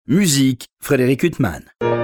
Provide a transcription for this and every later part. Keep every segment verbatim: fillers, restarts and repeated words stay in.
Musique, Frédéric Huttman.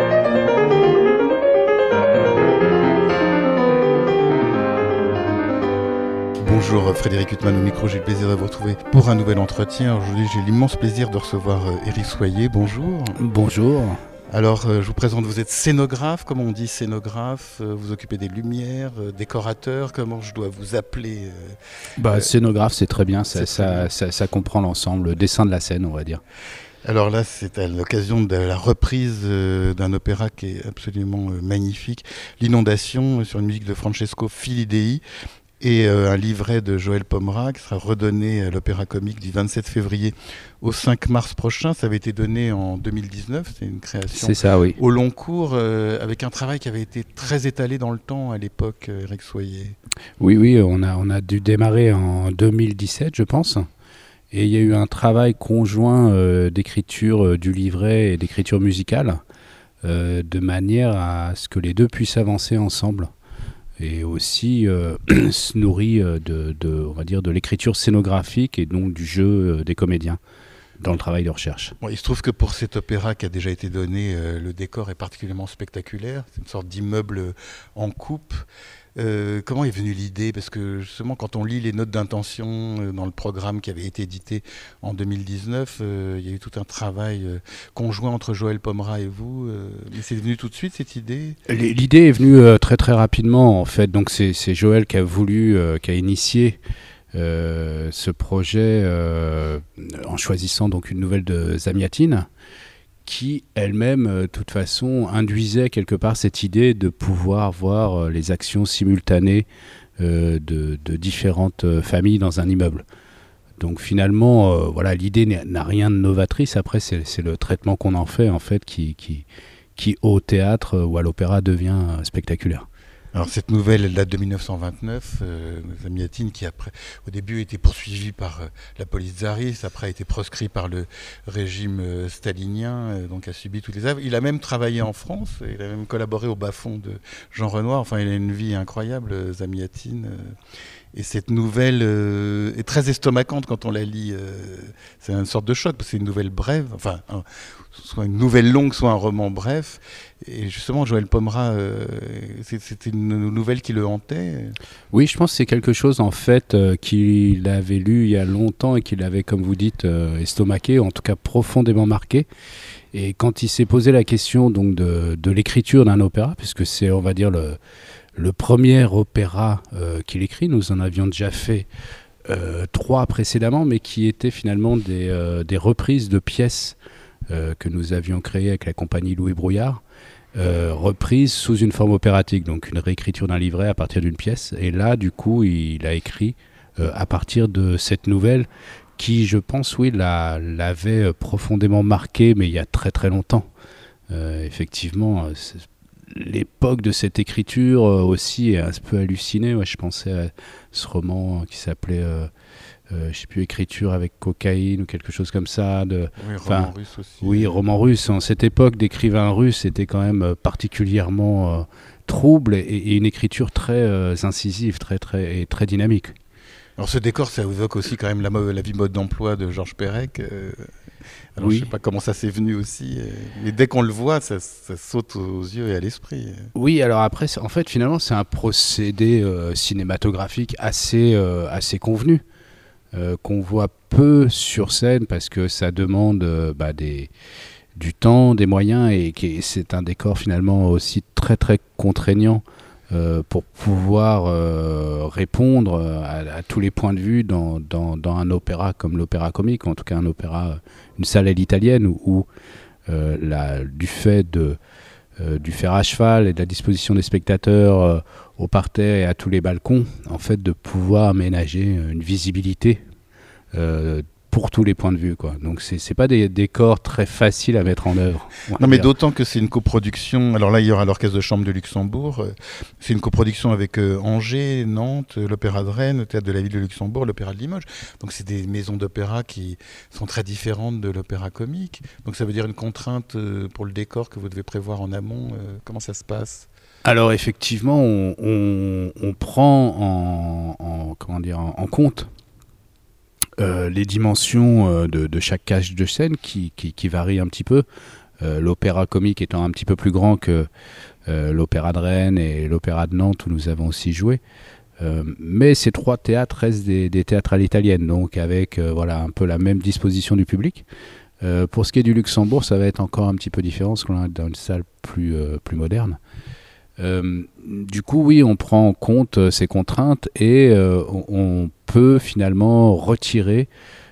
Bonjour Frédéric Huttman au micro, j'ai le plaisir de vous retrouver pour un nouvel entretien. Aujourd'hui j'ai l'immense plaisir de recevoir Éric Soyer, bonjour. Bonjour. Alors euh, je vous présente, vous êtes scénographe, comment on dit scénographe, euh, vous occupez des lumières, euh, décorateur, comment je dois vous appeler euh, bah, euh, Scénographe c'est très bien, ça, c'est ça, très bien. Ça, ça comprend l'ensemble, le dessin de la scène on va dire. Alors là, c'est à l'occasion de la reprise euh, d'un opéra qui est absolument euh, magnifique, L'Inondation, euh, sur une musique de Francesco Filidei, et euh, un livret de Joël Pomera qui sera redonné à l'Opéra Comique du vingt-sept février au cinq mars prochain. Ça avait été donné en deux mille dix-neuf, c'est une création c'est ça, oui. au long cours, euh, avec un travail qui avait été très étalé dans le temps à l'époque, euh, Éric Soyer. Oui, oui, on a, on a dû démarrer en deux mille dix-sept, je pense. Et il y a eu un travail conjoint euh, d'écriture euh, du livret et d'écriture musicale, euh, de manière à ce que les deux puissent avancer ensemble. Et aussi euh, se nourrit euh, de, de, on va dire, de l'écriture scénographique et donc du jeu euh, des comédiens dans le travail de recherche. Bon, il se trouve que pour cet opéra qui a déjà été donné, euh, le décor est particulièrement spectaculaire. C'est une sorte d'immeuble en coupe. Euh, comment est venue l'idée ? Parce que justement, quand on lit les notes d'intention euh, dans le programme qui avait été édité en deux mille dix-neuf, euh, il y a eu tout un travail euh, conjoint entre Joël Pomera et vous. Euh, mais c'est venu tout de suite, cette idée ? L'idée est venue euh, très très rapidement en fait. Donc c'est, c'est Joël qui a voulu, euh, qui a initié euh, ce projet euh, en choisissant donc une nouvelle de Zamiatine, qui elle-même, de euh, toute façon, induisait quelque part cette idée de pouvoir voir euh, les actions simultanées euh, de, de différentes euh, familles dans un immeuble. Donc finalement, euh, voilà, l'idée n'a rien de novatrice. Après, c'est, c'est le traitement qu'on en fait, en fait, qui, qui, qui au théâtre euh, ou à l'opéra devient euh, spectaculaire. Alors cette nouvelle, elle date de dix-neuf cent vingt-neuf, euh, Zamiatine qui après, au début a été poursuivi par euh, la police tsariste, après a été proscrit par le régime euh, stalinien, euh, donc a subi toutes les œuvres. Il a même travaillé en France, il a même collaboré au bas-fond de Jean Renoir, enfin il a une vie incroyable, euh, Zamiatine. Euh, et cette nouvelle euh, est très estomacante quand on la lit, euh, c'est une sorte de choc, parce que c'est une nouvelle brève, enfin un, soit une nouvelle longue, soit un roman bref. Et justement, Joël Pomera, euh, c'était une nouvelle qui le hantait. Oui, je pense que c'est quelque chose en fait euh, qu'il avait lu il y a longtemps et qu'il avait, comme vous dites, euh, estomaqué, en tout cas profondément marqué. Et quand il s'est posé la question donc de, de l'écriture d'un opéra, puisque c'est, on va dire, le, le premier opéra euh, qu'il écrit, nous en avions déjà fait euh, trois précédemment, mais qui étaient finalement des, euh, des reprises de pièces euh, que nous avions créées avec la compagnie Louis Brouillard. Euh, reprise sous une forme opératique, donc une réécriture d'un livret à partir d'une pièce. Et là, du coup, il a écrit euh, à partir de cette nouvelle qui, je pense, oui, la, l'avait profondément marqué, mais il y a très très longtemps. Euh, effectivement, l'époque de cette écriture euh, aussi est un peu hallucinée. Ouais, je pensais à ce roman qui s'appelait... Euh, Euh, je ne sais plus, écriture avec cocaïne ou quelque chose comme ça. De, oui, roman russe aussi. Oui, roman russe. En cette époque d'écrivain russe, c'était quand même particulièrement euh, trouble et, et une écriture très euh, incisive, très, très, et très dynamique. Alors ce décor, ça évoque aussi quand même la, la vie mode d'emploi de Georges Perec. Euh, alors oui. Je ne sais pas comment ça s'est venu aussi, euh, mais dès qu'on le voit, ça, ça saute aux yeux et à l'esprit. Oui, alors après, en fait, finalement, c'est un procédé euh, cinématographique assez, euh, assez convenu. Euh, qu'on voit peu sur scène parce que ça demande euh, bah, des, du temps, des moyens et, et c'est un décor finalement aussi très très contraignant euh, pour pouvoir euh, répondre à, à tous les points de vue dans, dans, dans un opéra comme l'opéra comique, en tout cas un opéra, une salle à l'italienne où, où euh, la, du fait de, euh, du fer à cheval et de la disposition des spectateurs euh, au parterre et à tous les balcons, en fait, de pouvoir aménager une visibilité euh, pour tous les points de vue, quoi. Donc c'est c'est pas des décors très faciles à mettre en œuvre. Non, mais d'autant que c'est une coproduction. Alors là, il y aura l'Orchestre de Chambre de Luxembourg. C'est une coproduction avec euh, Angers, Nantes, l'Opéra de Rennes, le Théâtre de la Ville de Luxembourg, l'Opéra de Limoges. Donc c'est des maisons d'opéra qui sont très différentes de l'opéra comique. Donc ça veut dire une contrainte euh, pour le décor que vous devez prévoir en amont. Euh, comment ça se passe ? Alors effectivement, on, on, on prend en, en, comment dire, en, en compte euh, les dimensions euh, de, de chaque cage de scène qui, qui, qui varient un petit peu. Euh, l'opéra comique étant un petit peu plus grand que euh, l'opéra de Rennes et l'opéra de Nantes où nous avons aussi joué. Euh, mais ces trois théâtres restent des, des théâtres à l'italienne, donc avec euh, voilà, un peu la même disposition du public. Euh, pour ce qui est du Luxembourg, ça va être encore un petit peu différent parce qu'on est dans une salle plus, euh, plus moderne. Euh, du coup, oui, on prend en compte euh, ces contraintes et euh, on, on peut finalement retirer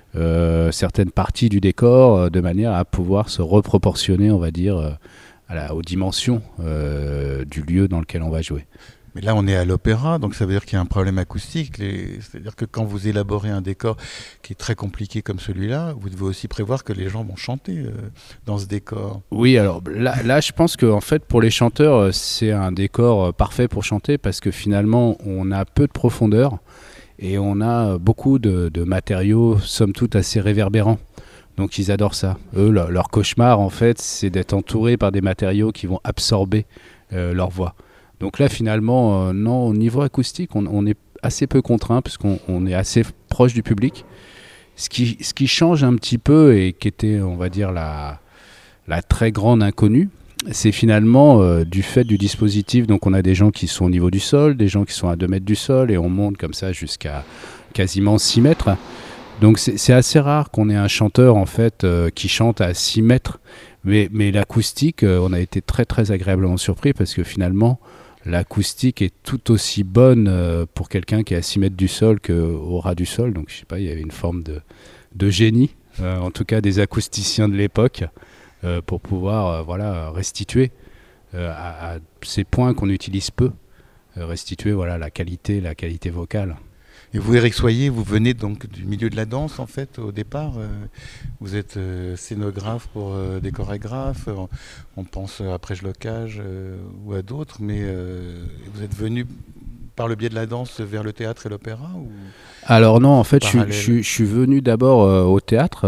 euh, certaines parties du décor euh, de manière à pouvoir se reproportionner, on va dire, euh, à la, aux dimensions euh, du lieu dans lequel on va jouer. Mais là, on est à l'opéra, donc ça veut dire qu'il y a un problème acoustique. Les... C'est-à-dire que quand vous élaborez un décor qui est très compliqué comme celui-là, vous devez aussi prévoir que les gens vont chanter euh, dans ce décor. Oui, alors là, là je pense que en fait, pour les chanteurs, c'est un décor parfait pour chanter parce que finalement, on a peu de profondeur et on a beaucoup de, de matériaux, somme toute, assez réverbérants. Donc ils adorent ça. Eux, leur, leur cauchemar, en fait, c'est d'être entourés par des matériaux qui vont absorber euh, leur voix. Donc là, finalement, euh, non, au niveau acoustique, on, on est assez peu contraint puisqu'on on est assez proche du public. Ce qui, ce qui change un petit peu et qui était, on va dire, la, la très grande inconnue, c'est finalement euh, du fait du dispositif. Donc on a des gens qui sont au niveau du sol, des gens qui sont à deux mètres du sol et on monte comme ça jusqu'à quasiment six mètres. Donc c'est, c'est assez rare qu'on ait un chanteur en fait euh, qui chante à six mètres. Mais, mais l'acoustique, euh, on a été très très agréablement surpris parce que finalement, l'acoustique est tout aussi bonne euh, pour quelqu'un qui est à six mètres du sol qu'au ras du sol. Donc, je sais pas, il y avait une forme de, de génie, euh, en tout cas des acousticiens de l'époque, euh, pour pouvoir euh, voilà, restituer euh, à, à ces points qu'on utilise peu, euh, restituer voilà, la qualité, la qualité vocale. Et vous, Éric Soyer, vous venez donc du milieu de la danse, en fait, au départ. Euh, vous êtes euh, scénographe pour euh, des chorégraphes. On, on pense à Prège Locage euh, ou à d'autres, mais euh, vous êtes venu par le biais de la danse vers le théâtre et l'opéra ou... Alors non, en fait, je, je, je suis venu d'abord euh, au théâtre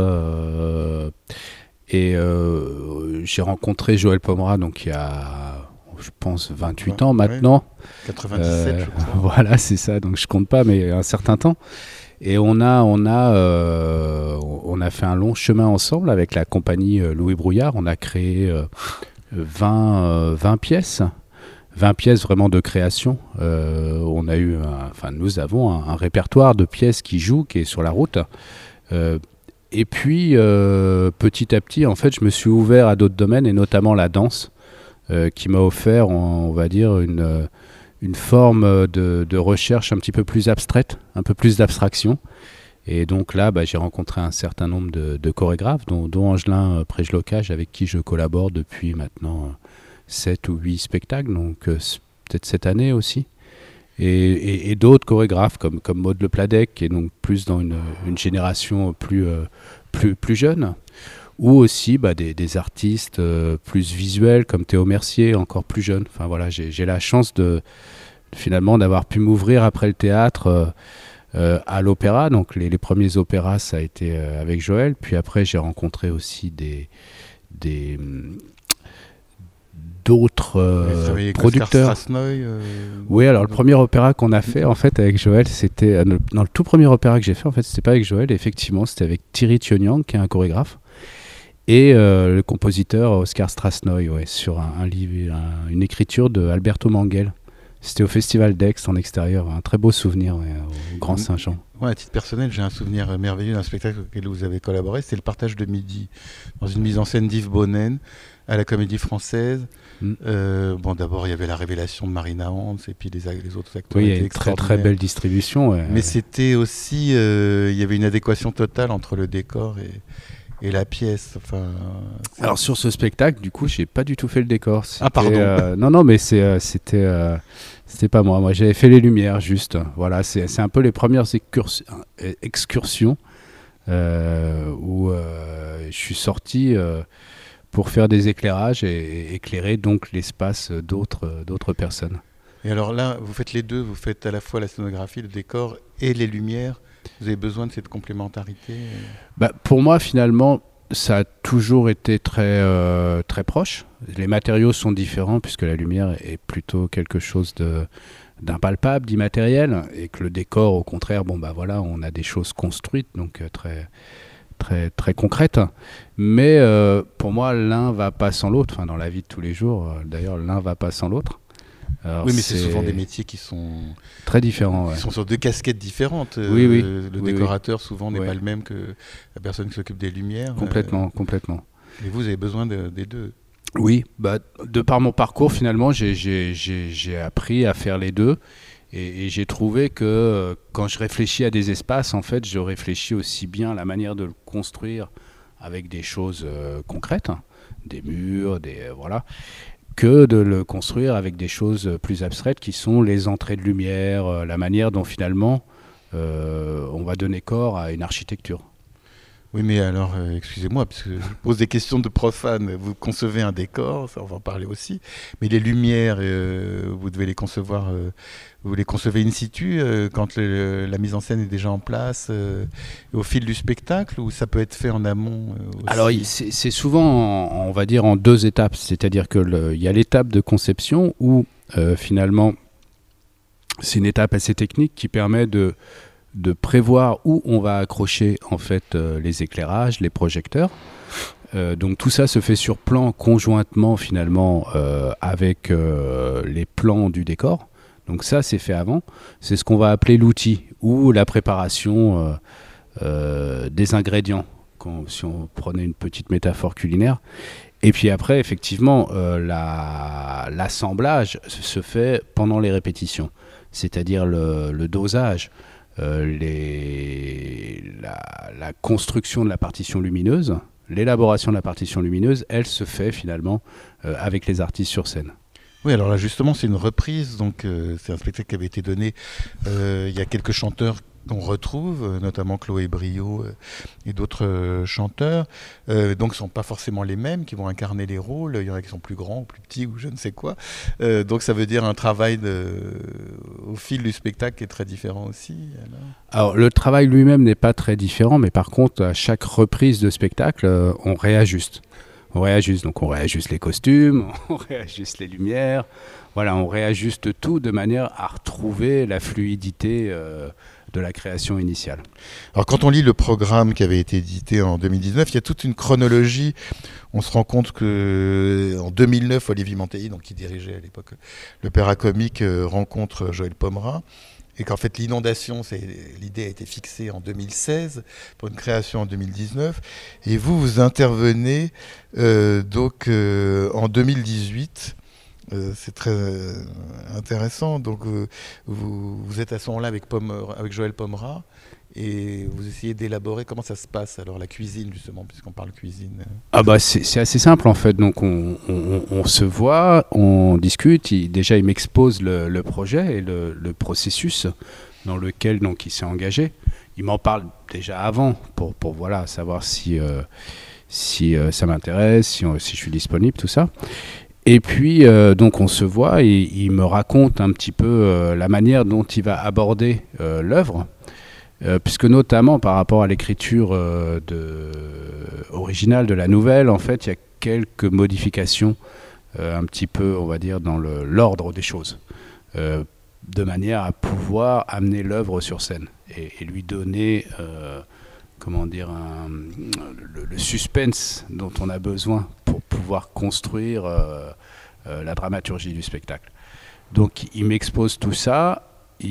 euh, et euh, j'ai rencontré Joël Pomera, donc il y a... je pense vingt-huit ans maintenant. quatre-vingt-dix-sept, euh, je crois. Voilà, c'est ça, donc je compte pas, mais un certain temps. Et on a, on a, euh, on a fait un long chemin ensemble avec la compagnie Louis Brouillard. On a créé euh, vingt, euh, vingt pièces, vingt pièces vraiment de création. Euh, on a eu, un, enfin, nous avons un, un répertoire de pièces qui jouent, qui est sur la route. Euh, et puis, euh, petit à petit, en fait, je me suis ouvert à d'autres domaines, et notamment la danse. Euh, qui m'a offert, on, on va dire, une, une forme de, de recherche un petit peu plus abstraite, un peu plus d'abstraction. Et donc là, bah, j'ai rencontré un certain nombre de, de chorégraphes, dont, dont Angelin Prège Locage, avec qui je collabore depuis maintenant sept ou huit spectacles, donc euh, peut-être cette année aussi. Et, et, et d'autres chorégraphes comme, comme Maud Le Pladec, qui est donc plus dans une, une génération plus, euh, plus, plus jeune. Ou aussi bah, des, des artistes euh, plus visuels comme Théo Mercier, encore plus jeune. Enfin voilà, j'ai, j'ai la chance de finalement d'avoir pu m'ouvrir après le théâtre euh, euh, à l'opéra. Donc les, les premiers opéras, ça a été euh, avec Joël. Puis après, j'ai rencontré aussi des, des d'autres euh, producteurs. Euh, oui, alors le premier opéra qu'on a fait en fait avec Joël, c'était euh, dans le tout premier opéra que j'ai fait. En fait, c'était pas avec Joël, effectivement, c'était avec Thierry Thioniang, qui est un chorégraphe. Et euh, le compositeur Oscar Strasnoy, ouais, sur un, un livre, un, une écriture de Alberto Manguel. C'était au Festival d'Aix en extérieur, un très beau souvenir ouais, au Grand Saint-Jean. Ouais, à titre personnel, j'ai un souvenir merveilleux d'un spectacle auquel vous avez collaboré, c'est Le Partage de Midi, dans une mise en scène d'Yves Bonnen à la Comédie Française. Mm. Euh, bon, d'abord, il y avait la révélation de Marina Hans et puis les, les autres acteurs. Oui, il y a une très très belle distribution. Ouais, Mais ouais. C'était aussi, euh, il y avait une adéquation totale entre le décor et... et la pièce. Enfin, alors sur ce spectacle, du coup, j'ai pas du tout fait le décor. C'était, ah pardon. Euh, non, non, mais c'est, euh, c'était, euh, c'était pas moi. Moi, j'avais fait les lumières, juste. Voilà, c'est, c'est un peu les premières excurs- excursions euh, où euh, je suis sorti euh, pour faire des éclairages et, et éclairer donc l'espace d'autres, d'autres personnes. Et alors là, vous faites les deux. Vous faites à la fois la scénographie, le décor et les lumières. Vous avez besoin de cette complémentarité? Bah, pour moi, finalement, ça a toujours été très, euh, très proche. Les matériaux sont différents puisque la lumière est plutôt quelque chose de, d'impalpable, d'immatériel, et que le décor, au contraire, bon bah voilà, on a des choses construites, donc euh, très très très concrètes. Mais euh, pour moi, l'un va pas sans l'autre. Enfin, dans la vie de tous les jours, euh, d'ailleurs, l'un va pas sans l'autre. Alors, oui, mais c'est... c'est souvent des métiers qui sont très différents. Qui ouais. sont sur deux casquettes différentes. Oui, oui. Euh, le oui, décorateur oui. souvent n'est ouais. pas le même que la personne qui s'occupe des lumières. Complètement, euh, complètement. Et vous avez besoin de, des deux. Oui, bah, de par mon parcours, finalement, j'ai, j'ai, j'ai, j'ai appris à faire les deux. Et, et j'ai trouvé que euh, quand je réfléchis à des espaces, en fait, je réfléchis aussi bien à la manière de le construire avec des choses euh, concrètes, hein, des murs, des euh, voilà, que de le construire avec des choses plus abstraites qui sont les entrées de lumière, euh, la manière dont finalement euh, on va donner corps à une architecture. Oui, mais alors, euh, excusez-moi, parce que je pose des questions de profane. Vous concevez un décor, ça on va en parler aussi, mais les lumières, euh, vous devez les concevoir, euh, vous les concevez in situ, euh, quand le, la mise en scène est déjà en place, euh, au fil du spectacle, ou ça peut être fait en amont euh, aussi? Alors, c'est, c'est souvent, en, on va dire, en deux étapes. C'est-à-dire qu'il y a l'étape de conception où, euh, finalement, c'est une étape assez technique qui permet de... de prévoir où on va accrocher en fait euh, les éclairages, les projecteurs. Euh, donc tout ça se fait sur plan conjointement finalement euh, avec euh, les plans du décor. Donc ça c'est fait avant. C'est ce qu'on va appeler l'outil ou la préparation euh, euh, des ingrédients, quand, si on prenait une petite métaphore culinaire. Et puis après effectivement euh, la, l'assemblage se fait pendant les répétitions, c'est-à-dire le, le dosage. Euh, les, la, la construction de la partition lumineuse, l'élaboration de la partition lumineuse, elle se fait finalement euh, avec les artistes sur scène. Oui, alors là justement c'est une reprise, donc euh, c'est un spectacle qui avait été donné, euh, il y a quelques chanteurs qu'on retrouve, notamment Chloé Brio et d'autres euh, chanteurs, euh, donc ce ne sont pas forcément les mêmes qui vont incarner les rôles, il y en a qui sont plus grands, plus petits ou je ne sais quoi, euh, donc ça veut dire un travail de, au fil du spectacle qui est très différent aussi. Alors, alors le travail lui-même n'est pas très différent, mais par contre à chaque reprise de spectacle, euh, on réajuste. On réajuste, donc on réajuste les costumes, on réajuste les lumières, voilà, on réajuste tout de manière à retrouver la fluidité euh, de la création initiale. Alors quand on lit le programme qui avait été édité en deux mille dix-neuf, il y a toute une chronologie. On se rend compte qu'en deux mille neuf, Olivier Mantelli, donc qui dirigeait à l'époque l'Opéra Comique, euh, rencontre Joël Pomera. Et qu'en fait l'inondation, c'est, l'idée a été fixée en deux mille seize pour une création en deux mille dix-neuf. Et vous, vous intervenez euh, donc euh, en deux mille dix-huit. Euh, c'est très euh, intéressant. Donc euh, vous, vous êtes à ce moment-là avec, Pomera, avec Joël Pomera et vous essayez d'élaborer comment ça se passe. Alors la cuisine justement, puisqu'on parle cuisine. Ah bah c'est, c'est assez simple en fait. Donc on, on, on se voit, on discute. Il, déjà il m'expose le, le projet et le, le processus dans lequel donc il s'est engagé. Il m'en parle déjà avant pour, pour voilà savoir si euh, si euh, ça m'intéresse, si, on, si je suis disponible, tout ça. Et puis, euh, donc, on se voit et il me raconte un petit peu euh, la manière dont il va aborder euh, l'œuvre, euh, puisque notamment par rapport à l'écriture euh, de, originale de la nouvelle, en fait, il y a quelques modifications euh, un petit peu, on va dire, dans le, l'ordre des choses, euh, de manière à pouvoir amener l'œuvre sur scène et, et lui donner... Euh, comment dire, un, le, le suspense dont on a besoin pour pouvoir construire euh, euh, la dramaturgie du spectacle. Donc il m'expose tout ça,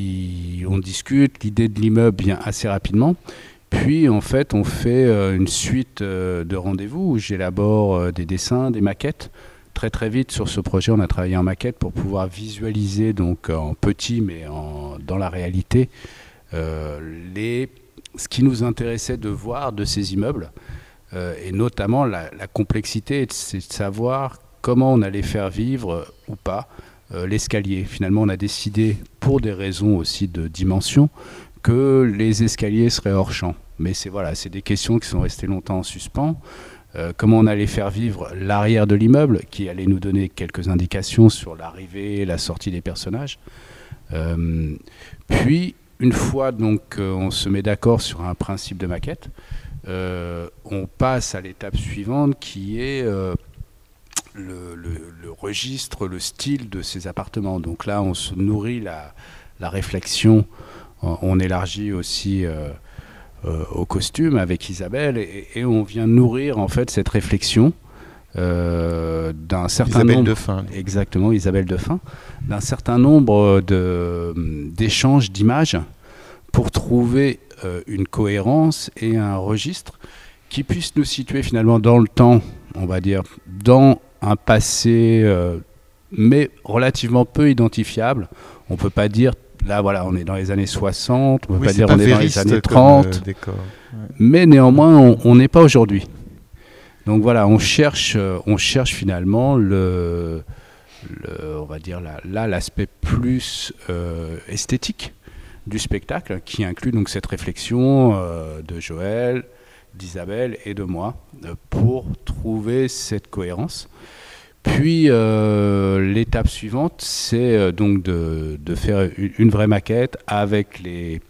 il, on discute, l'idée de l'immeuble vient assez rapidement, puis en fait on fait euh, une suite euh, de rendez-vous où j'élabore euh, des dessins, des maquettes. Très très vite sur ce projet on a travaillé en maquette pour pouvoir visualiser donc en petit mais en, dans la réalité euh, les ce qui nous intéressait de voir de ces immeubles, euh, et notamment la, la complexité, c'est de savoir comment on allait faire vivre euh, ou pas euh, l'escalier. Finalement, on a décidé, pour des raisons aussi de dimension, que les escaliers seraient hors champ. Mais c'est, voilà, c'est des questions qui sont restées longtemps en suspens. Euh, comment on allait faire vivre l'arrière de l'immeuble, qui allait nous donner quelques indications sur l'arrivée et la sortie des personnages. Euh, puis, une fois donc euh, on se met d'accord sur un principe de maquette, euh, on passe à l'étape suivante qui est euh, le, le, le registre, le style de ces appartements. Donc là, on se nourrit la, la réflexion, on, on élargit aussi euh, euh, au costume avec Isabelle, et, et on vient nourrir en fait cette réflexion euh, d'un certain Isabelle nombre... Defin. Exactement, Isabelle Defin, d'un certain nombre de, d'échanges d'images pour trouver euh, une cohérence et un registre qui puisse nous situer finalement dans le temps, on va dire, dans un passé, euh, mais relativement peu identifiable. On ne peut pas dire, là voilà, on est dans les années soixante, on ne peut Oui, pas c'est dire pas on est dans les vériste années comme, trente, euh, décor. Ouais. mais néanmoins, on n'est pas aujourd'hui. Donc voilà, on cherche, on cherche finalement le, le on va dire là, là l'aspect plus euh, esthétique du spectacle, qui inclut donc cette réflexion euh, de Joël, d'Isabelle et de moi euh, pour trouver cette cohérence. Puis euh, l'étape suivante, c'est euh, donc de, de faire une, une vraie maquette avec les,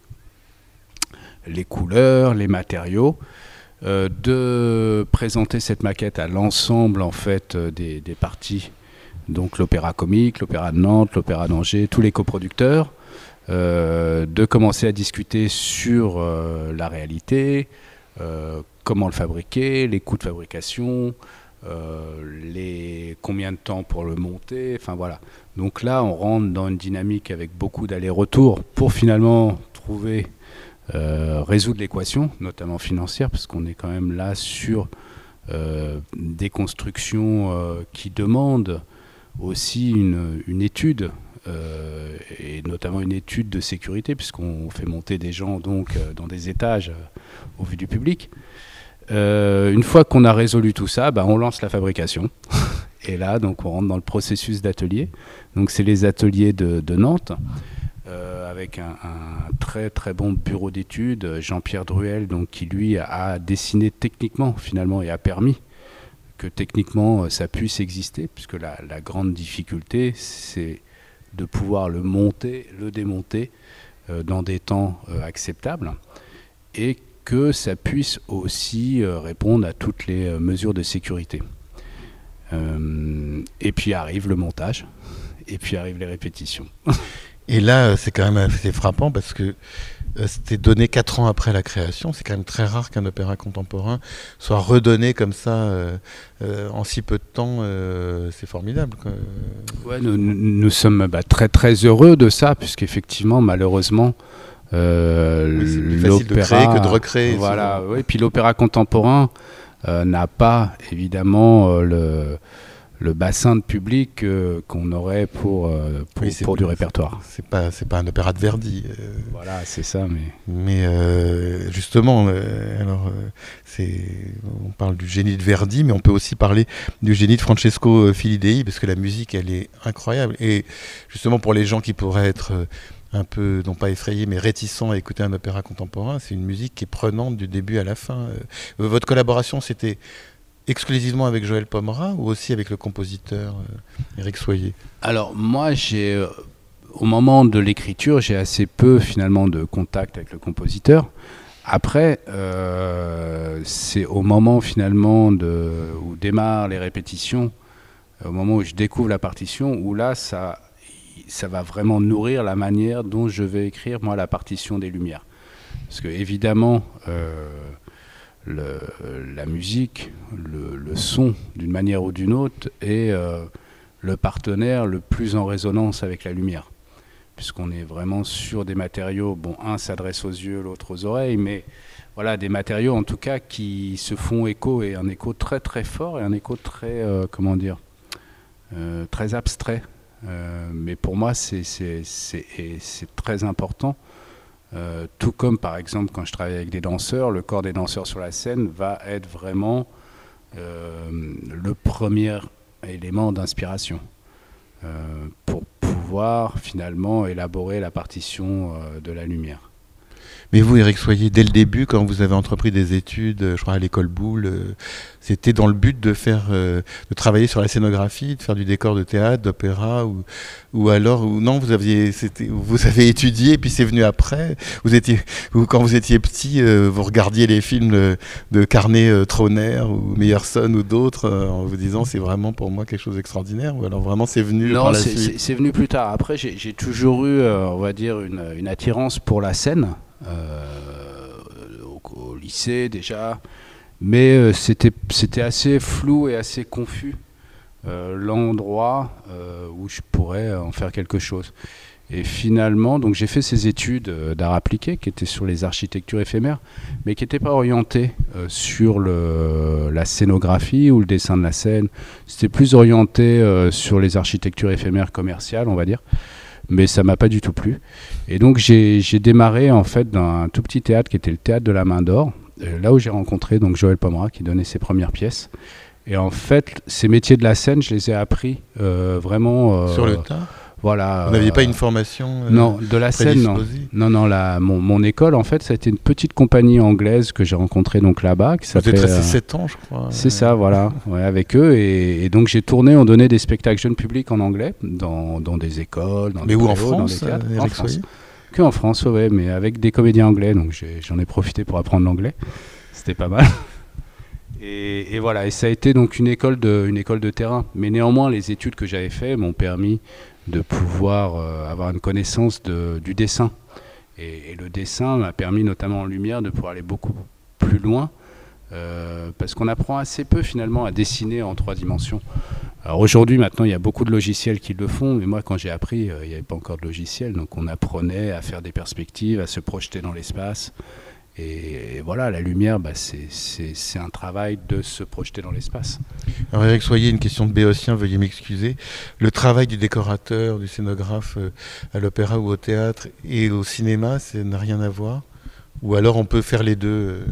les couleurs, les matériaux, euh, de présenter cette maquette à l'ensemble en fait des, des parties, donc l'Opéra Comique, l'Opéra de Nantes, l'Opéra d'Angers, tous les coproducteurs, euh, de commencer à discuter sur euh, la réalité, euh, comment le fabriquer, les coûts de fabrication, euh, les combien de temps pour le monter, enfin voilà. Donc là, on rentre dans une dynamique avec beaucoup d'allers-retours pour finalement trouver Euh, résoudre l'équation, notamment financière, parce qu'on est quand même là sur euh, des constructions euh, qui demandent aussi une, une étude, euh, et notamment une étude de sécurité, puisqu'on fait monter des gens donc, euh, dans des étages euh, au vu du public. Euh, une fois qu'on a résolu tout ça, bah, on lance la fabrication. Et là, donc, on rentre dans le processus d'atelier. Donc, c'est les ateliers de, de Nantes. Euh, avec un, un très très bon bureau d'études, Jean-Pierre Druel, donc, qui lui a dessiné techniquement finalement et a permis que techniquement ça puisse exister, puisque la, la grande difficulté c'est de pouvoir le monter, le démonter euh, dans des temps euh, acceptables et que ça puisse aussi euh, répondre à toutes les euh, mesures de sécurité. Euh, et puis arrive le montage, et puis arrivent les répétitions. Et là, c'est quand même assez frappant parce que euh, c'était donné quatre ans après la création. C'est quand même très rare qu'un opéra contemporain soit redonné comme ça euh, euh, en si peu de temps. Euh, c'est formidable, quoi. Ouais, nous, nous sommes bah, très très heureux de ça, puisqu'effectivement, malheureusement, euh, oui, c'est plus facile de créer que de recréer. Voilà, oui, puis l'opéra contemporain euh, n'a pas évidemment euh, le le bassin de public euh, qu'on aurait pour, euh, pour, oui, pour du répertoire. C'est pas, c'est pas un opéra de Verdi. Euh, voilà, c'est ça. Mais, mais euh, justement, euh, alors, euh, c'est, on parle du génie de Verdi, mais on peut aussi parler du génie de Francesco Filidei, parce que la musique, elle est incroyable. Et justement, pour les gens qui pourraient être un peu, non pas effrayés, mais réticents à écouter un opéra contemporain, c'est une musique qui est prenante du début à la fin. Euh, votre collaboration, c'était exclusivement avec Joël Pomera ou aussi avec le compositeur euh, Éric Soyer? Alors moi, j'ai, euh, au moment de l'écriture, j'ai assez peu finalement de contact avec le compositeur. Après, euh, c'est au moment finalement de, où démarrent les répétitions, au moment où je découvre la partition, où là, ça, ça va vraiment nourrir la manière dont je vais écrire moi la partition des Lumières. Parce que évidemment, euh, Le, la musique, le, le son, d'une manière ou d'une autre, est euh, le partenaire le plus en résonance avec la lumière. Puisqu'on est vraiment sur des matériaux, bon, un s'adresse aux yeux, l'autre aux oreilles, mais voilà, des matériaux en tout cas qui se font écho, et un écho très très fort, et un écho très, euh, comment dire, euh, très abstrait. Euh, mais pour moi, c'est, c'est, c'est, c'est très important. Euh, tout comme par exemple quand je travaille avec des danseurs, le corps des danseurs sur la scène va être vraiment euh, le premier élément d'inspiration euh, pour pouvoir finalement élaborer la partition euh, de la lumière. Mais vous, Éric Soyer, dès le début, quand vous avez entrepris des études, je crois à l'école Boulle, euh, c'était dans le but de faire, euh, de travailler sur la scénographie, de faire du décor de théâtre, d'opéra, ou, ou alors, ou non, vous aviez, c'était, vous avez étudié, et puis c'est venu après. Vous étiez, vous, quand vous étiez petit, euh, vous regardiez les films de, de Carnet euh, Troner ou Meyerson ou d'autres, euh, en vous disant c'est vraiment pour moi quelque chose d'extraordinaire, ou alors vraiment c'est venu non, par la c'est, suite. c'est, c'est venu plus tard. Après, j'ai, j'ai toujours eu, euh, on va dire, une, une attirance pour la scène. Euh, au, au lycée déjà, mais euh, c'était, c'était assez flou et assez confus euh, l'endroit euh, où je pourrais en faire quelque chose. Et finalement, donc j'ai fait ces études euh, d'art appliqué qui étaient sur les architectures éphémères, mais qui n'étaient pas orientées euh, sur le, la scénographie ou le dessin de la scène. C'était plus orienté euh, sur les architectures éphémères commerciales, on va dire. Mais ça m'a pas du tout plu. Et donc j'ai, j'ai démarré en fait dans un tout petit théâtre qui était le théâtre de la Main d'Or, là où j'ai rencontré donc Joël Pomera qui donnait ses premières pièces. Et en fait, ces métiers de la scène, je les ai appris euh, vraiment euh, sur le tas. Voilà. Vous n'aviez euh, pas une formation euh, Non, de la scène, non. Non, non, la, mon, mon école, en fait, ça a été une petite compagnie anglaise que j'ai rencontrée donc là-bas. Qui Vous êtes resté euh, sept ans, je crois. C'est euh... ça, voilà, ouais, avec eux. Et, et donc j'ai tourné, on donnait des spectacles jeunes publics en anglais, dans, dans des écoles, dans mais des où préaux, en France, dans des théâtres. euh, En France. Que en France, ouais, mais avec des comédiens anglais, donc j'ai, j'en ai profité pour apprendre l'anglais. C'était pas mal. Et, et voilà, et ça a été donc une école de, une école de terrain. Mais néanmoins, les études que j'avais faites m'ont permis de pouvoir euh, avoir une connaissance de, du dessin. Et, et le dessin m'a permis, notamment en lumière, de pouvoir aller beaucoup plus loin, euh, parce qu'on apprend assez peu finalement à dessiner en trois dimensions. Alors aujourd'hui, maintenant, il y a beaucoup de logiciels qui le font, mais moi, quand j'ai appris, euh, il n'y avait pas encore de logiciel, donc on apprenait à faire des perspectives, à se projeter dans l'espace. Et, et voilà, la lumière, bah, c'est, c'est, c'est un travail de se projeter dans l'espace. Alors Éric Soyer, une question de Béotien, veuillez m'excuser. Le travail du décorateur, du scénographe euh, à l'opéra ou au théâtre et au cinéma, ça n'a rien à voir? Ou alors on peut faire les deux euh...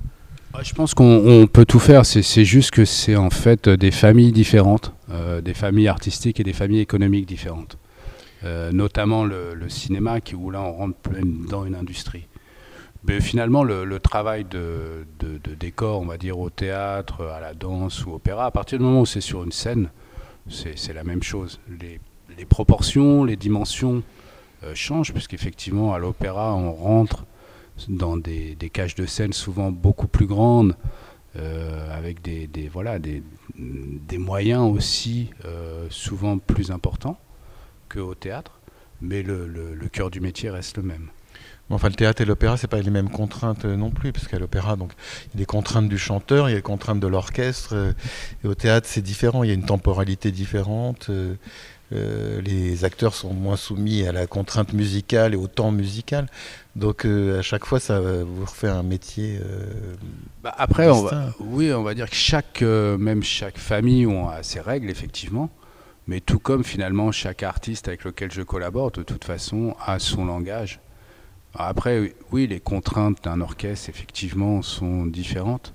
Je pense qu'on on peut tout faire, c'est, c'est juste que c'est en fait des familles différentes, euh, des familles artistiques et des familles économiques différentes. Euh, notamment le, le cinéma, qui, où là on rentre plein dans une industrie. Mais finalement, le, le travail de, de, de décor, on va dire au théâtre, à la danse ou opéra, à partir du moment où c'est sur une scène, c'est, c'est la même chose. Les, les proportions, les dimensions euh, changent, puisqu'effectivement, à l'opéra, on rentre dans des, des cages de scène souvent beaucoup plus grandes, euh, avec des, des, voilà, des, des moyens aussi euh, souvent plus importants qu'au théâtre, mais le, le, le cœur du métier reste le même. Enfin, le théâtre et l'opéra, c'est pas les mêmes contraintes non plus, parce qu'à l'opéra, donc, il y a des contraintes du chanteur, il y a des contraintes de l'orchestre, euh, et au théâtre, c'est différent, il y a une temporalité différente, euh, euh, les acteurs sont moins soumis à la contrainte musicale et au temps musical, donc euh, à chaque fois, ça vous refait un métier euh, bah après, on va, oui, on va dire que chaque, euh, même chaque famille a ses règles, effectivement, mais tout comme finalement chaque artiste avec lequel je collabore, de toute façon, a son langage. Après, oui, les contraintes d'un orchestre, effectivement, sont différentes,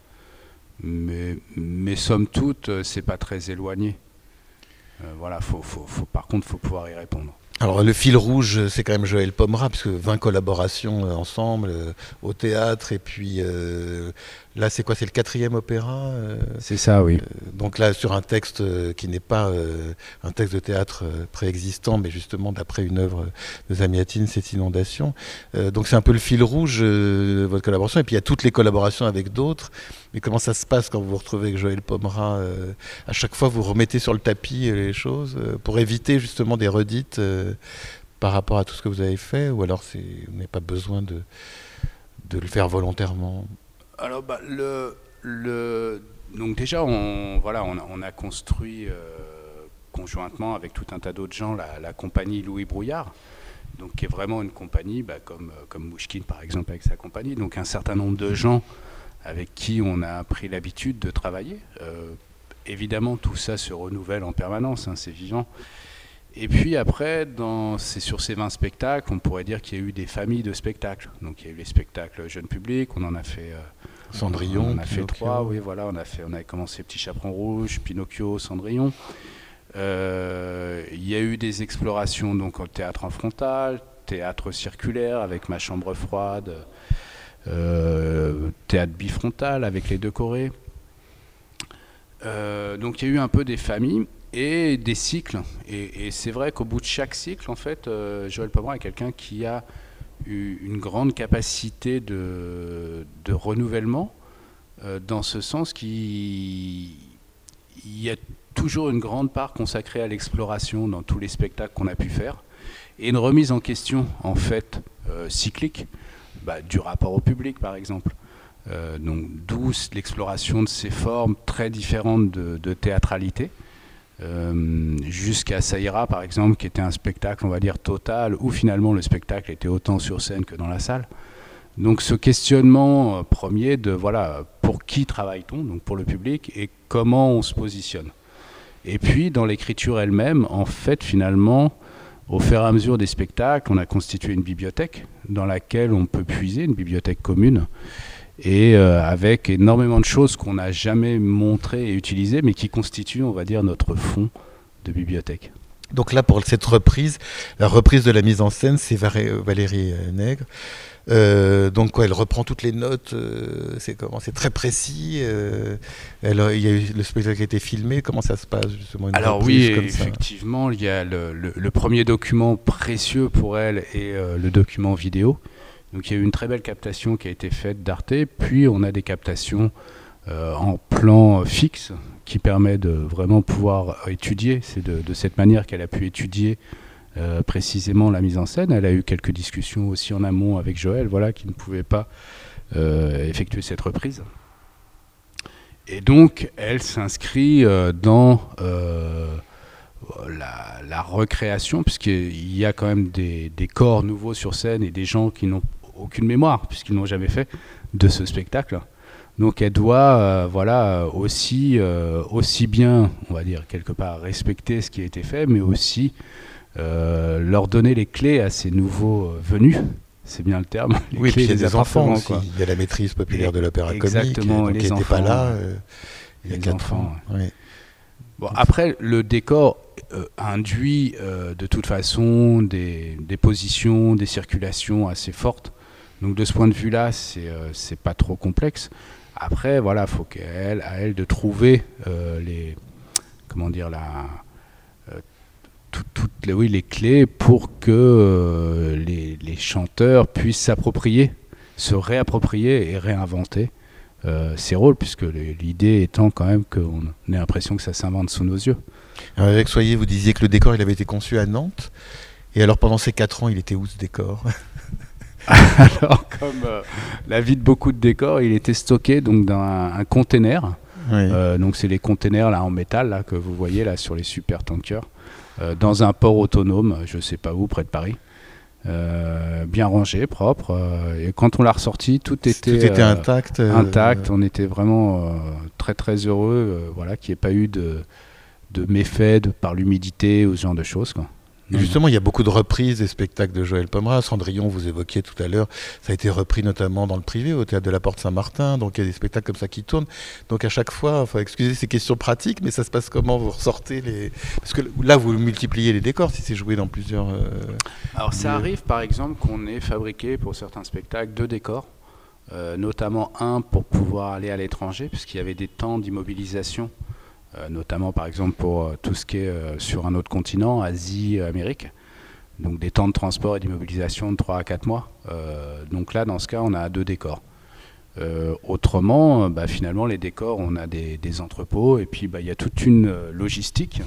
mais, mais somme toute, c'est pas très éloigné. Euh, voilà, faut, faut, faut, par contre, il faut pouvoir y répondre. Alors, le fil rouge, c'est quand même Joël Pomera, puisque vingt collaborations euh, ensemble, euh, au théâtre, et puis euh, là, c'est quoi? C'est le quatrième opéra euh, C'est ça, oui. Euh, donc là, sur un texte euh, qui n'est pas euh, un texte de théâtre euh, préexistant, mais justement d'après une œuvre de Zamiatine, cette inondation. Euh, donc c'est un peu le fil rouge euh, de votre collaboration, et puis il y a toutes les collaborations avec d'autres. Mais comment ça se passe quand vous vous retrouvez avec Joël Pomera euh, à chaque fois, vous remettez sur le tapis les choses euh, pour éviter justement des redites euh, par rapport à tout ce que vous avez fait, ou alors c'est, vous n'avez pas besoin de, de le faire volontairement? Alors, bah, le, le, donc déjà, on, voilà, on, a, on a construit euh, conjointement avec tout un tas d'autres gens la, la compagnie Louis Brouillard, donc qui est vraiment une compagnie, bah, comme, comme Mouchkine par exemple avec sa compagnie, donc un certain nombre de gens avec qui on a pris l'habitude de travailler. Euh, évidemment, tout ça se renouvelle en permanence, hein, c'est vivant. Et puis après, dans, c'est sur ces vingt spectacles, on pourrait dire qu'il y a eu des familles de spectacles. Donc il y a eu les spectacles jeunes publics, on en a fait... Euh, Cendrillon, on en a Pinocchio. fait trois, oui, voilà, on a fait, on avait commencé Petit Chaperon Rouge, Pinocchio, Cendrillon. Euh, il y a eu des explorations donc au théâtre en frontal, théâtre circulaire avec Ma chambre froide, euh, théâtre bifrontal avec Les Deux Corées. Euh, donc il y a eu un peu des familles et des cycles. Et, et c'est vrai qu'au bout de chaque cycle, en fait, euh, Joël Pommeraye est quelqu'un qui a eu une grande capacité de, de renouvellement, euh, dans ce sens qu'il y a toujours une grande part consacrée à l'exploration dans tous les spectacles qu'on a pu faire, et une remise en question, en fait, euh, cyclique, bah, du rapport au public, par exemple. Euh, donc, d'où l'exploration de ces formes très différentes de, de théâtralité, euh, jusqu'à Ça ira, par exemple, qui était un spectacle, on va dire, total, où finalement le spectacle était autant sur scène que dans la salle. Donc ce questionnement euh, premier de, voilà, pour qui travaille-t-on, donc pour le public, et comment on se positionne. Et puis, dans l'écriture elle-même, en fait, finalement, au fur et à mesure des spectacles, on a constitué une bibliothèque dans laquelle on peut puiser, une bibliothèque commune, et euh, avec énormément de choses qu'on n'a jamais montrées et utilisées, mais qui constituent, on va dire, notre fond de bibliothèque. Donc là, pour cette reprise, la reprise de la mise en scène, c'est Valérie Nègre. Euh, donc quoi, elle reprend toutes les notes, euh, c'est comment, c'est très précis. Euh, elle, il y a eu le spectacle qui a été filmé. Comment ça se passe justement? Une Alors oui, comme effectivement, ça il y a le, le, le premier document précieux pour elle et euh, le document vidéo. Donc il y a eu une très belle captation qui a été faite d'Arte. Puis on a des captations euh, en plan fixe qui permet de vraiment pouvoir étudier. C'est de, de cette manière qu'elle a pu étudier Euh, précisément la mise en scène. Elle a eu quelques discussions aussi en amont avec Joël, voilà, qui ne pouvait pas euh, effectuer cette reprise. Et donc, elle s'inscrit euh, dans euh, la, la recréation, puisqu'il y a quand même des, des corps nouveaux sur scène et des gens qui n'ont aucune mémoire, puisqu'ils n'ont jamais fait de ce spectacle. Donc, elle doit euh, voilà, aussi, euh, aussi bien, on va dire, quelque part, respecter ce qui a été fait, mais aussi Euh, leur donner les clés à ces nouveaux euh, venus, c'est bien le terme. Les oui, clés puis il y a des enfants aussi. Quoi. Il y a la maîtrise populaire et, de l'opéra comique, exactement, donc les qui n'était pas là euh, il y a les quatre enfants, ans. Ouais. Oui. Bon, après, le décor euh, induit euh, de toute façon des, des positions, des circulations assez fortes. Donc de ce point de vue-là, c'est euh, c'est pas trop complexe. Après, voilà, faut qu'elle, à elle de trouver euh, les, comment dire, la toutes les, oui, les clés pour que euh, les, les chanteurs puissent s'approprier, se réapproprier et réinventer euh, ces rôles, puisque l'idée étant quand même qu'on ait l'impression que ça s'invente sous nos yeux. Alors avec Soyer, vous disiez que le décor il avait été conçu à Nantes, et alors pendant ces quatre ans, il était où ce décor? Alors, comme euh, la vie de beaucoup de décors, il était stocké donc, dans un, un container. Oui. Euh, donc c'est les containers là, en métal là, que vous voyez là, sur les super tankers. Euh, dans un port autonome, je ne sais pas où, près de Paris, euh, bien rangé, propre. Euh, et quand on l'a ressorti, tout était, tout était euh, intact. intact. On était vraiment euh, très très heureux, euh, voilà, qu'il n'y ait pas eu de, de méfaits de, par l'humidité ou ce genre de choses, quoi. Justement, il y a beaucoup de reprises des spectacles de Joël Pommeraye. Cendrillon, vous évoquiez tout à l'heure, ça a été repris notamment dans le privé, au Théâtre de la Porte Saint-Martin. Donc il y a des spectacles comme ça qui tournent. Donc à chaque fois, enfin, excusez ces questions pratiques, mais ça se passe comment? Vous ressortez les... Parce que là, vous multipliez les décors si c'est joué dans plusieurs... Euh, Alors ça lieux. arrive par exemple qu'on ait fabriqué pour certains spectacles deux décors, euh, notamment un pour pouvoir aller à l'étranger, puisqu'il y avait des temps d'immobilisation. Euh, notamment par exemple pour euh, tout ce qui est euh, sur un autre continent, Asie, Amérique. Donc des temps de transport et d'immobilisation de trois à quatre mois. Euh, donc là, dans ce cas, on a deux décors. Euh, autrement, bah, finalement, les décors, on a des, des entrepôts et puis bah, y a toute une euh, logistique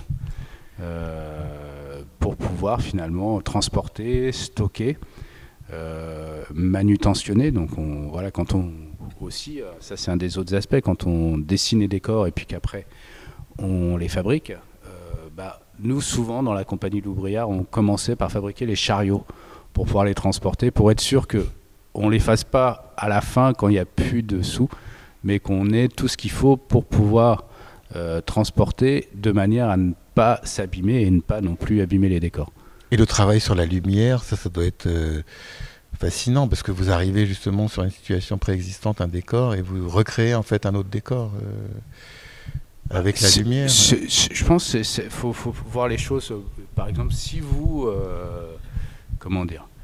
euh, pour pouvoir finalement transporter, stocker, euh, manutentionner. Donc on, voilà, quand on aussi, euh, ça c'est un des autres aspects, quand on dessine les décors et puis qu'après on les fabrique, euh, bah, nous souvent dans la compagnie Loubriard on commençait par fabriquer les chariots pour pouvoir les transporter, pour être sûr qu'on ne les fasse pas à la fin quand il n'y a plus de sous, mais qu'on ait tout ce qu'il faut pour pouvoir euh, transporter de manière à ne pas s'abîmer et ne pas non plus abîmer les décors. Et le travail sur la lumière, ça, ça doit être euh, fascinant, parce que vous arrivez justement sur une situation préexistante, un décor, et vous recréez en fait un autre décor. Euh... Avec la c'est, lumière. C'est, c'est, je pense qu'il faut, faut voir les choses. Euh, par exemple, si vous, euh, comment dire,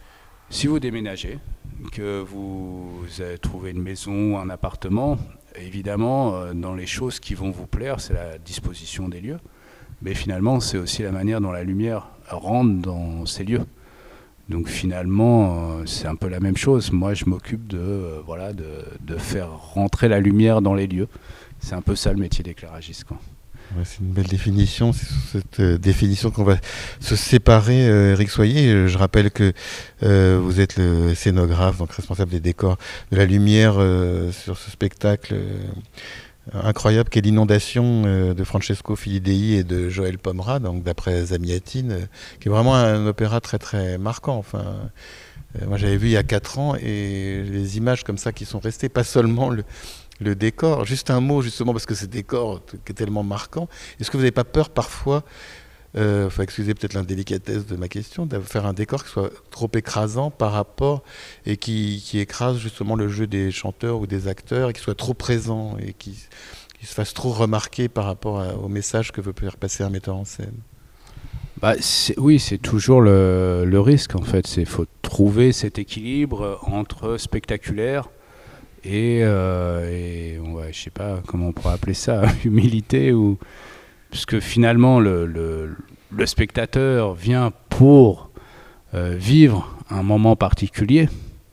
Si vous déménagez, que vous avez trouvé une maison, un appartement, évidemment, euh, dans les choses qui vont vous plaire, c'est la disposition des lieux. Mais finalement, c'est aussi la manière dont la lumière rentre dans ces lieux. Donc finalement, euh, c'est un peu la même chose. Moi, je m'occupe de, euh, voilà, de, de faire rentrer la lumière dans les lieux. C'est un peu ça le métier d'éclairagiste, quoi. Ouais, c'est une belle définition. C'est sur cette euh, définition qu'on va se séparer, euh, Eric Soyer. Je rappelle que euh, vous êtes le scénographe, donc responsable des décors, de la lumière euh, sur ce spectacle euh, incroyable qu'est l'inondation euh, de Francesco Filidei et de Joël Pomera, donc d'après Zamiatine, euh, qui est vraiment un opéra très très marquant. Enfin, euh, moi j'avais vu il y a quatre ans et les images comme ça qui sont restées, pas seulement le Le décor, juste un mot justement parce que ce décor qui est tellement marquant. Est-ce que vous n'avez pas peur parfois, euh, enfin excusez peut-être l'indélicatesse de ma question, de faire un décor qui soit trop écrasant par rapport et qui, qui écrase justement le jeu des chanteurs ou des acteurs et qui soit trop présent et qui, qui se fasse trop remarquer par rapport à, au message que veut faire passer un metteur en scène? Bah, c'est, oui, c'est toujours le, le risque en fait. Il faut trouver cet équilibre entre spectaculaire et, euh, et ouais, je sais pas comment on pourrait appeler ça, humilité, ou puisque finalement le, le, le spectateur vient pour euh, vivre un moment particulier.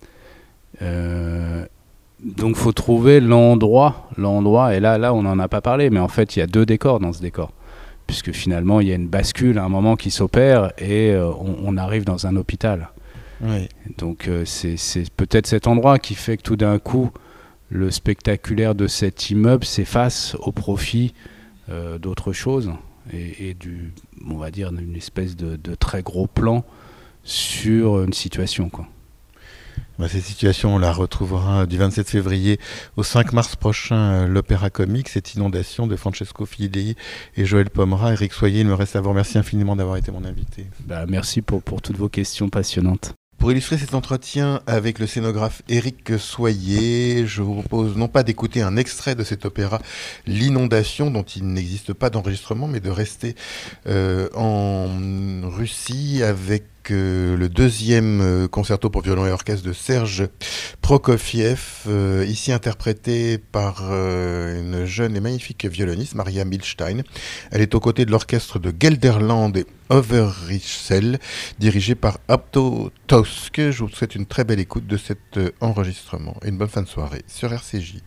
Euh, donc faut trouver l'endroit, l'endroit. Et là, là, on n'en a pas parlé, mais en fait, il y a deux décors dans ce décor, puisque finalement, il y a une bascule à un moment qui s'opère et euh, on, on arrive dans un hôpital. Oui. Donc euh, c'est, c'est peut-être cet endroit qui fait que tout d'un coup, le spectaculaire de cet immeuble s'efface au profit euh, d'autre chose et, et du, on va dire, d'une espèce de, de très gros plan sur une situation, quoi. Bah, cette situation, on la retrouvera du vingt-sept février au cinq mars prochain, l'Opéra Comique, cette inondation de Francesco Filidei et Joël Pomera. Eric Soyer, il me reste à vous remercier infiniment d'avoir été mon invité. Bah, merci pour, pour toutes vos questions passionnantes. Pour illustrer cet entretien avec le scénographe Eric Soyer, je vous propose non pas d'écouter un extrait de cet opéra, L'Inondation, dont il n'existe pas d'enregistrement, mais de rester euh, en Russie avec euh, le deuxième euh, concerto pour violon et orchestre de Serge Prokofiev, euh, ici interprété par euh, une jeune et magnifique violoniste, Maria Milstein. Elle est aux côtés de l'orchestre de Gelderland et Overijssel, dirigé par Abdo Tosk. Je vous souhaite une très belle écoute de cet euh, enregistrement et une bonne fin de soirée sur R C J.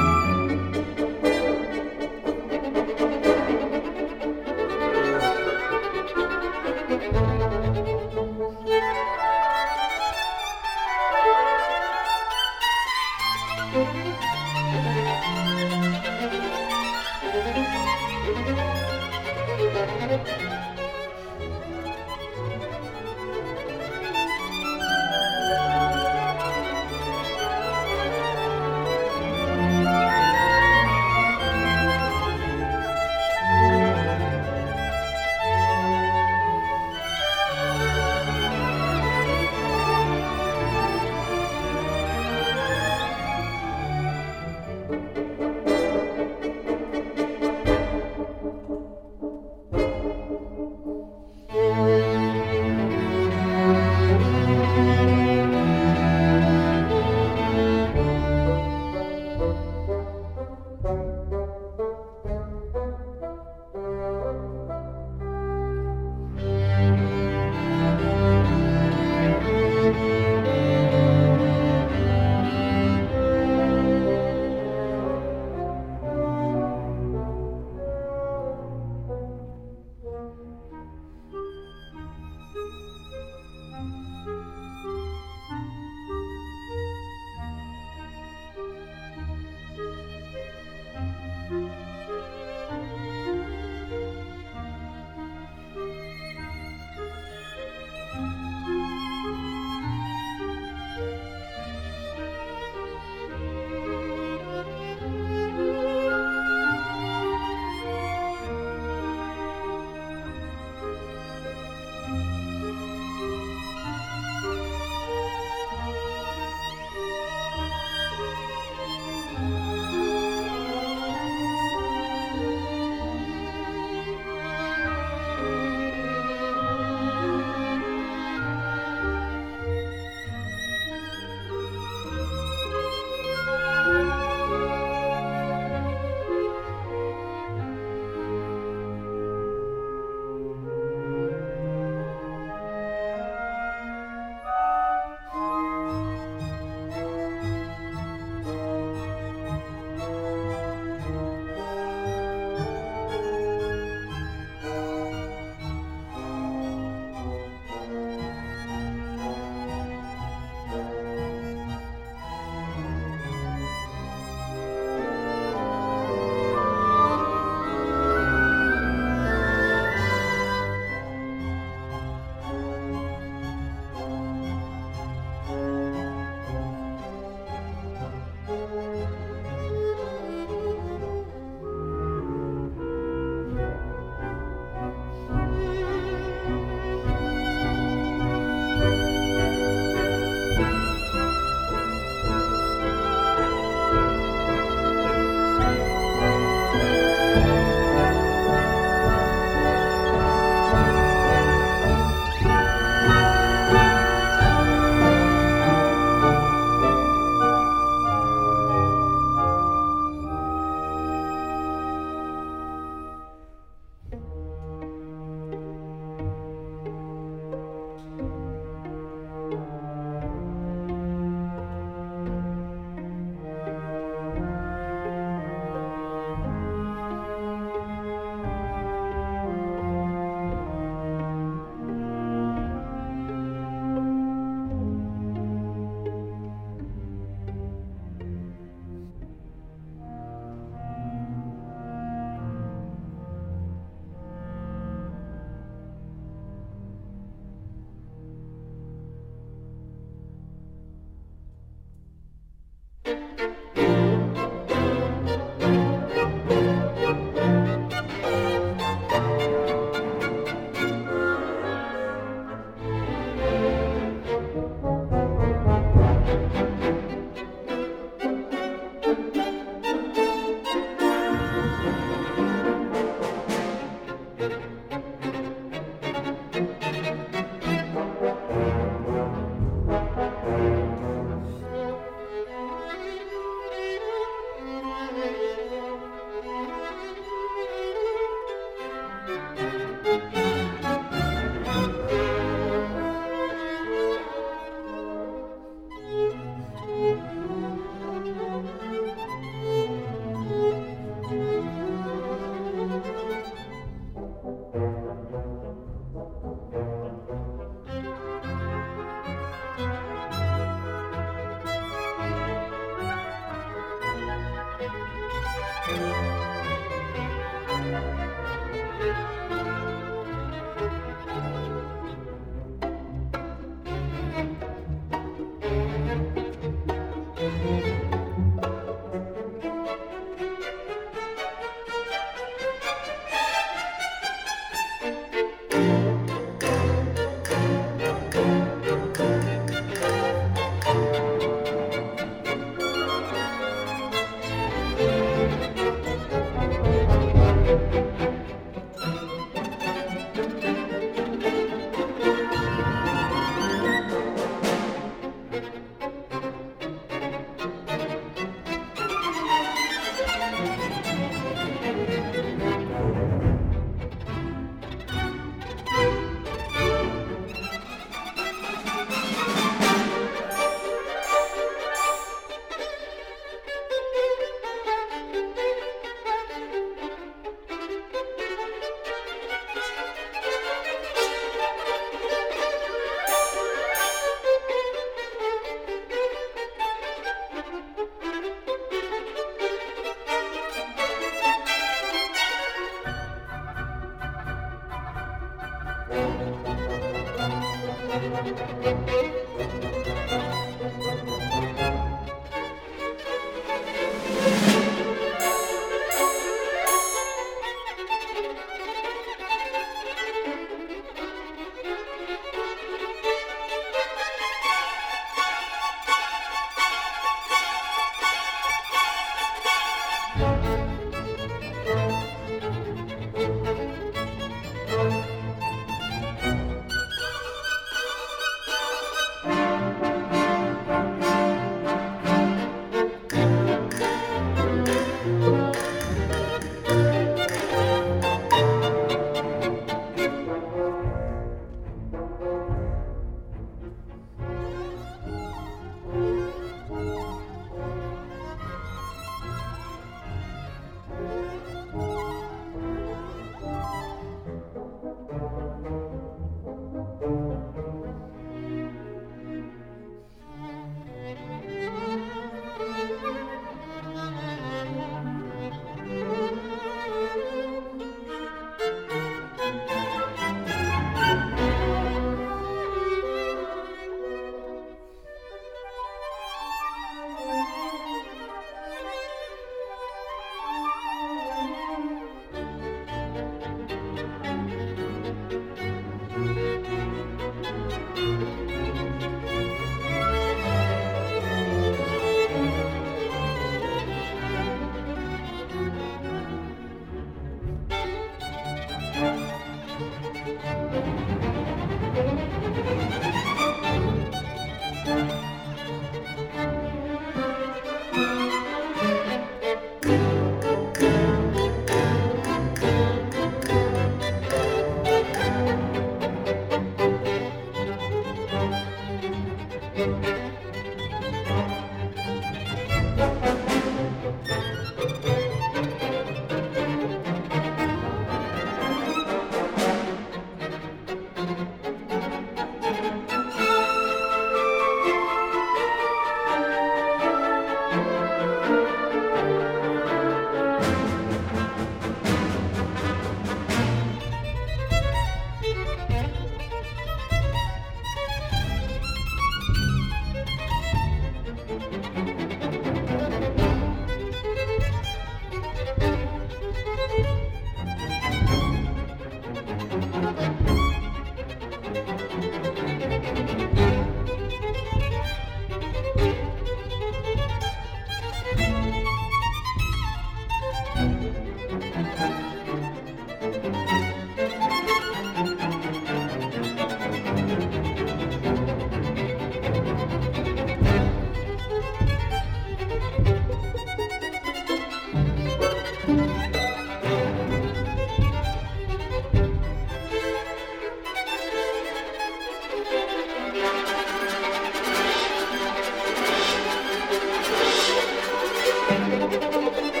Thank you.